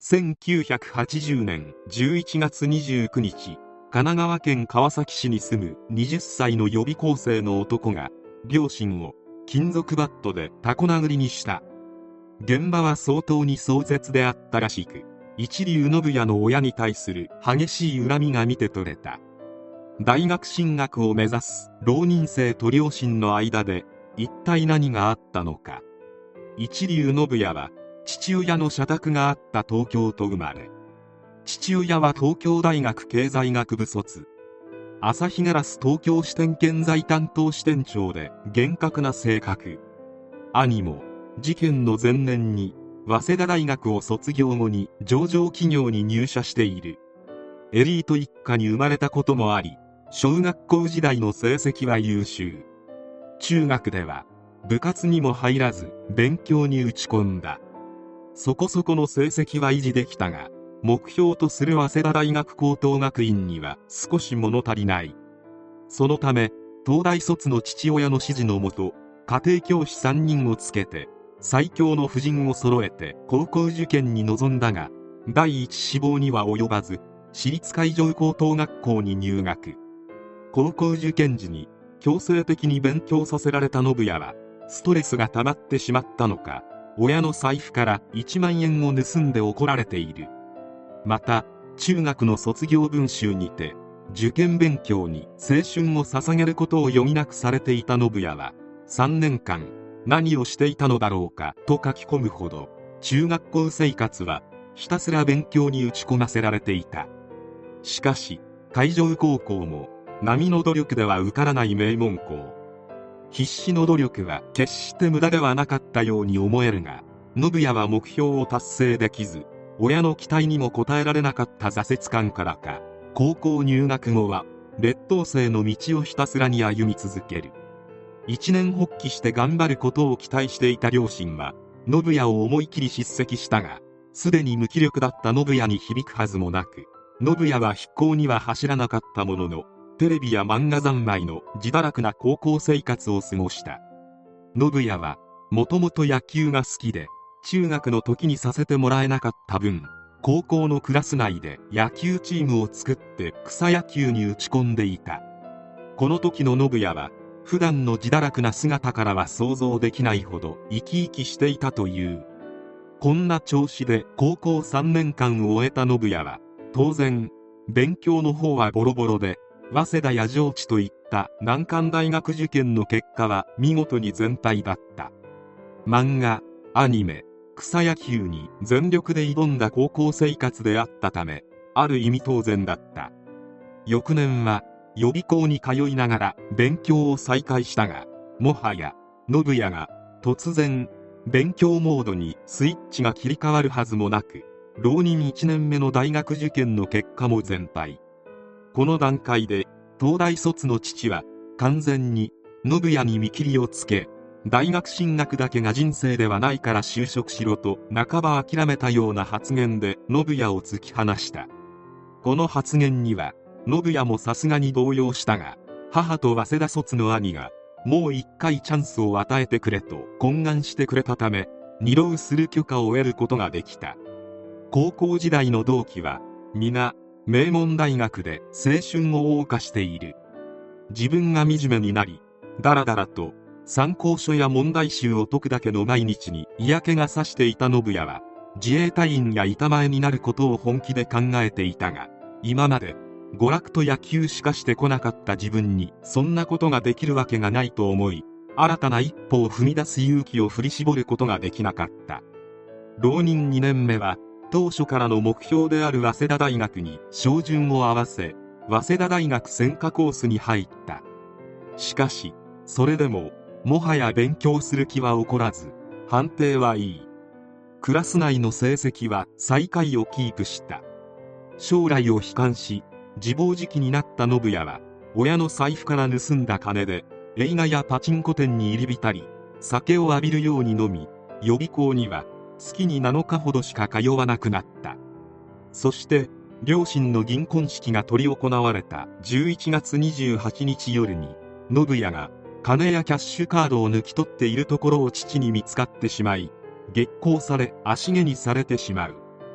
1980年11月29日、神奈川県川崎市に住む20歳の予備校生の男が両親を金属バットでタコ殴りにした。現場は相当に壮絶であったらしく、一流信也の親に対する激しい恨みが見て取れた。大学進学を目指す浪人生と両親の間で一体何があったのか。一流信也は父親の社宅があった東京と生まれ、父親は東京大学経済学部卒、朝日ガラス東京支店建材担当支店長で厳格な性格。兄も事件の前年に早稲田大学を卒業後に上場企業に入社している。エリート一家に生まれたこともあり、小学校時代の成績は優秀。中学では部活にも入らず勉強に打ち込んだ。そこそこの成績は維持できたが、目標とする早稲田大学高等学院には少し物足りない。そのため東大卒の父親の指示のもと、家庭教師3人をつけて最強の布陣を揃えて高校受験に臨んだが、第一志望には及ばず私立海上高等学校に入学。高校受験時に強制的に勉強させられた信也は、ストレスが溜まってしまったのか、親の財布から1万円を盗んで怒られている。また中学の卒業文集にて、受験勉強に青春を捧げることを余儀なくされていた信也は、3年間何をしていたのだろうかと書き込むほど、中学校生活はひたすら勉強に打ち込ませられていた。しかし海上高校も並の努力では受からない名門校。必死の努力は決して無駄ではなかったように思えるが、信也は目標を達成できず、親の期待にも応えられなかった挫折感からか、高校入学後は劣等生の道をひたすらに歩み続ける。一年発起して頑張ることを期待していた両親は信也を思い切り叱責したが、すでに無気力だった信也に響くはずもなく、信也は非行には走らなかったものの、テレビや漫画三昧の自堕落な高校生活を過ごした。信也はもともと野球が好きで、中学の時にさせてもらえなかった分、高校のクラス内で野球チームを作って草野球に打ち込んでいた。この時の信也は普段の自堕落な姿からは想像できないほど生き生きしていたという。こんな調子で高校3年間を終えた信也は、当然勉強の方はボロボロで、早稲田や上智といった難関大学受験の結果は見事に全敗だった。漫画、アニメ、草野球に全力で挑んだ高校生活であったため、ある意味当然だった。翌年は予備校に通いながら勉強を再開したが、もはや信也が突然勉強モードにスイッチが切り替わるはずもなく、浪人1年目の大学受験の結果も全敗。この段階で東大卒の父は完全に信也に見切りをつけ、大学進学だけが人生ではないから就職しろと半ば諦めたような発言で信也を突き放した。この発言には信也もさすがに動揺したが、母と早稲田卒の兄がもう一回チャンスを与えてくれと懇願してくれたため、二浪する許可を得ることができた。高校時代の同期は皆名門大学で青春を謳歌している。自分が惨めになり、だらだらと参考書や問題集を解くだけの毎日に嫌気がさしていた信也は、自衛隊員や板前になることを本気で考えていたが、今まで娯楽と野球しかしてこなかった自分にそんなことができるわけがないと思い、新たな一歩を踏み出す勇気を振り絞ることができなかった。浪人2年目は当初からの目標である早稲田大学に照準を合わせ、早稲田大学専科コースに入った。しかしそれでももはや勉強する気は起こらず、判定はいい。クラス内の成績は最下位をキープした。将来を悲観し自暴自棄になった信也は、親の財布から盗んだ金で映画やパチンコ店に入り浸り、酒を浴びるように飲み、予備校には月に7日ほどしか通わなくなった。そして両親の銀婚式が執り行われた11月28日夜に、信也が金やキャッシュカードを抜き取っているところを父に見つかってしまい、激高され足蹴にされてしまう。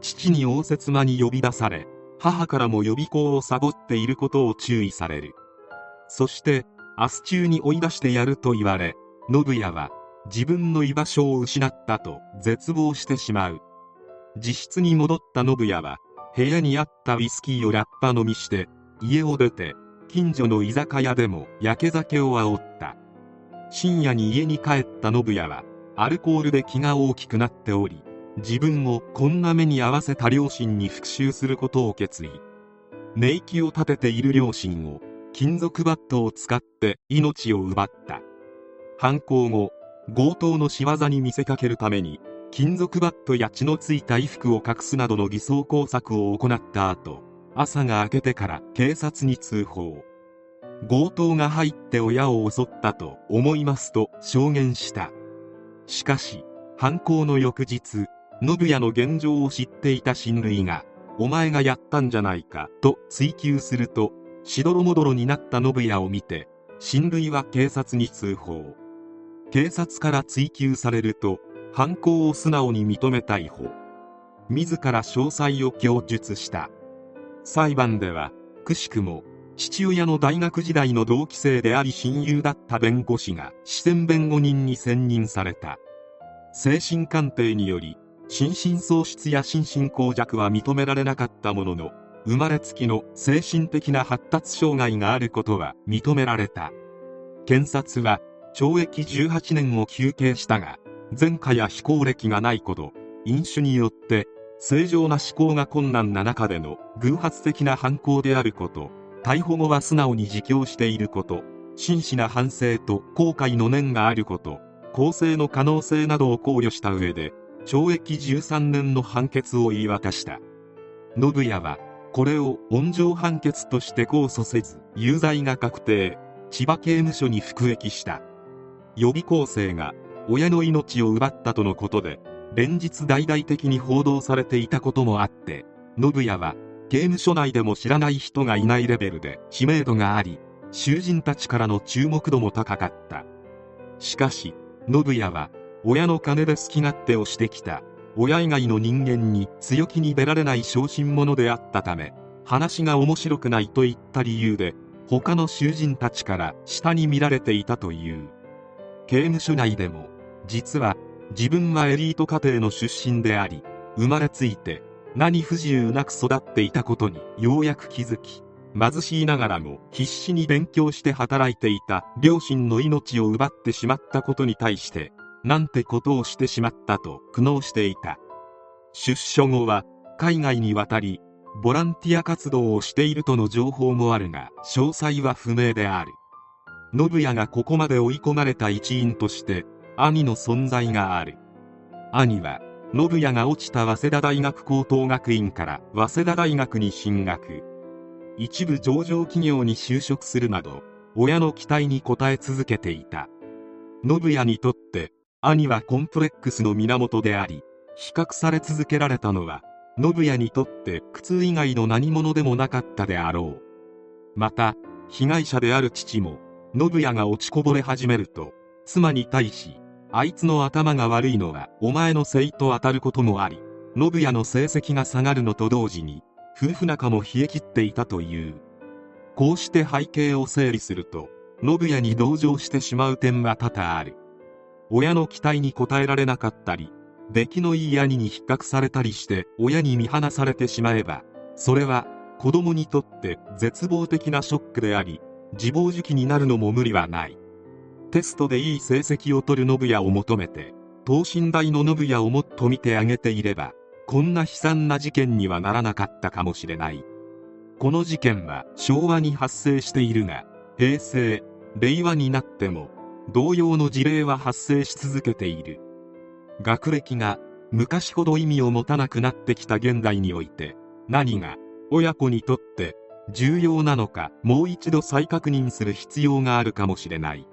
父に応接間に呼び出され、母からも予備校をサボっていることを注意される。そして明日中に追い出してやると言われ、信也は自分の居場所を失ったと絶望してしまう。自室に戻った信也は部屋にあったウイスキーをラッパ飲みして家を出て、近所の居酒屋でも焼け酒を煽った。深夜に家に帰った信也はアルコールで気が大きくなっており、自分をこんな目に遭わせた両親に復讐することを決意。寝息を立てている両親を金属バットを使って命を奪った。犯行後、強盗の仕業に見せかけるために金属バットや血のついた衣服を隠すなどの偽装工作を行った後、朝が明けてから警察に通報。強盗が入って親を襲ったと思いますと証言した。しかし犯行の翌日、信也の現状を知っていた親類がお前がやったんじゃないかと追及すると、しどろもどろになった信也を見て親類は警察に通報。警察から追及されると犯行を素直に認め逮捕。自ら詳細を供述した。裁判ではくしくも父親の大学時代の同期生であり親友だった弁護士が私選弁護人に選任された。精神鑑定により心神喪失や心神耗弱は認められなかったものの、生まれつきの精神的な発達障害があることは認められた。検察は懲役18年を求刑したが、前科や非行歴がないこと、飲酒によって正常な思考が困難な中での偶発的な犯行であること、逮捕後は素直に自供していること、真摯な反省と後悔の念があること、更生の可能性などを考慮した上で懲役13年の判決を言い渡した。信也はこれを温情判決として控訴せず有罪が確定、千葉刑務所に服役した。予備校生が親の命を奪ったとのことで連日大々的に報道されていたこともあって、信也は刑務所内でも知らない人がいないレベルで知名度があり、囚人たちからの注目度も高かった。しかし信也は親の金で好き勝手をしてきた親以外の人間に強気に出られない小心者であったため、話が面白くないといった理由で他の囚人たちから下に見られていたという。刑務所内でも実は自分はエリート家庭の出身であり、生まれついて何不自由なく育っていたことにようやく気づき、貧しいながらも必死に勉強して働いていた両親の命を奪ってしまったことに対して、なんてことをしてしまったと苦悩していた。出所後は海外に渡りボランティア活動をしているとの情報もあるが、詳細は不明である。信也がここまで追い込まれた一因として兄の存在がある。兄は信也が落ちた早稲田大学高等学院から早稲田大学に進学、一部上場企業に就職するなど親の期待に応え続けていた。信也にとって兄はコンプレックスの源であり、比較され続けられたのは信也にとって苦痛以外の何者でもなかったであろう。また被害者である父も信也が落ちこぼれ始めると妻に対し、あいつの頭が悪いのはお前のせいと当たることもあり、信也の成績が下がるのと同時に夫婦仲も冷え切っていたという。こうして背景を整理すると、信也に同情してしまう点は多々ある。親の期待に応えられなかったり、出来のいい兄に比較されたりして親に見放されてしまえば、それは子供にとって絶望的なショックであり、自暴自棄になるのも無理はない。テストでいい成績を取る信也を求めて等身大の信也をもっと見てあげていれば、こんな悲惨な事件にはならなかったかもしれない。この事件は昭和に発生しているが、平成、令和になっても同様の事例は発生し続けている。学歴が昔ほど意味を持たなくなってきた現代において、何が親子にとって重要なのかもう一度再確認する必要があるかもしれない。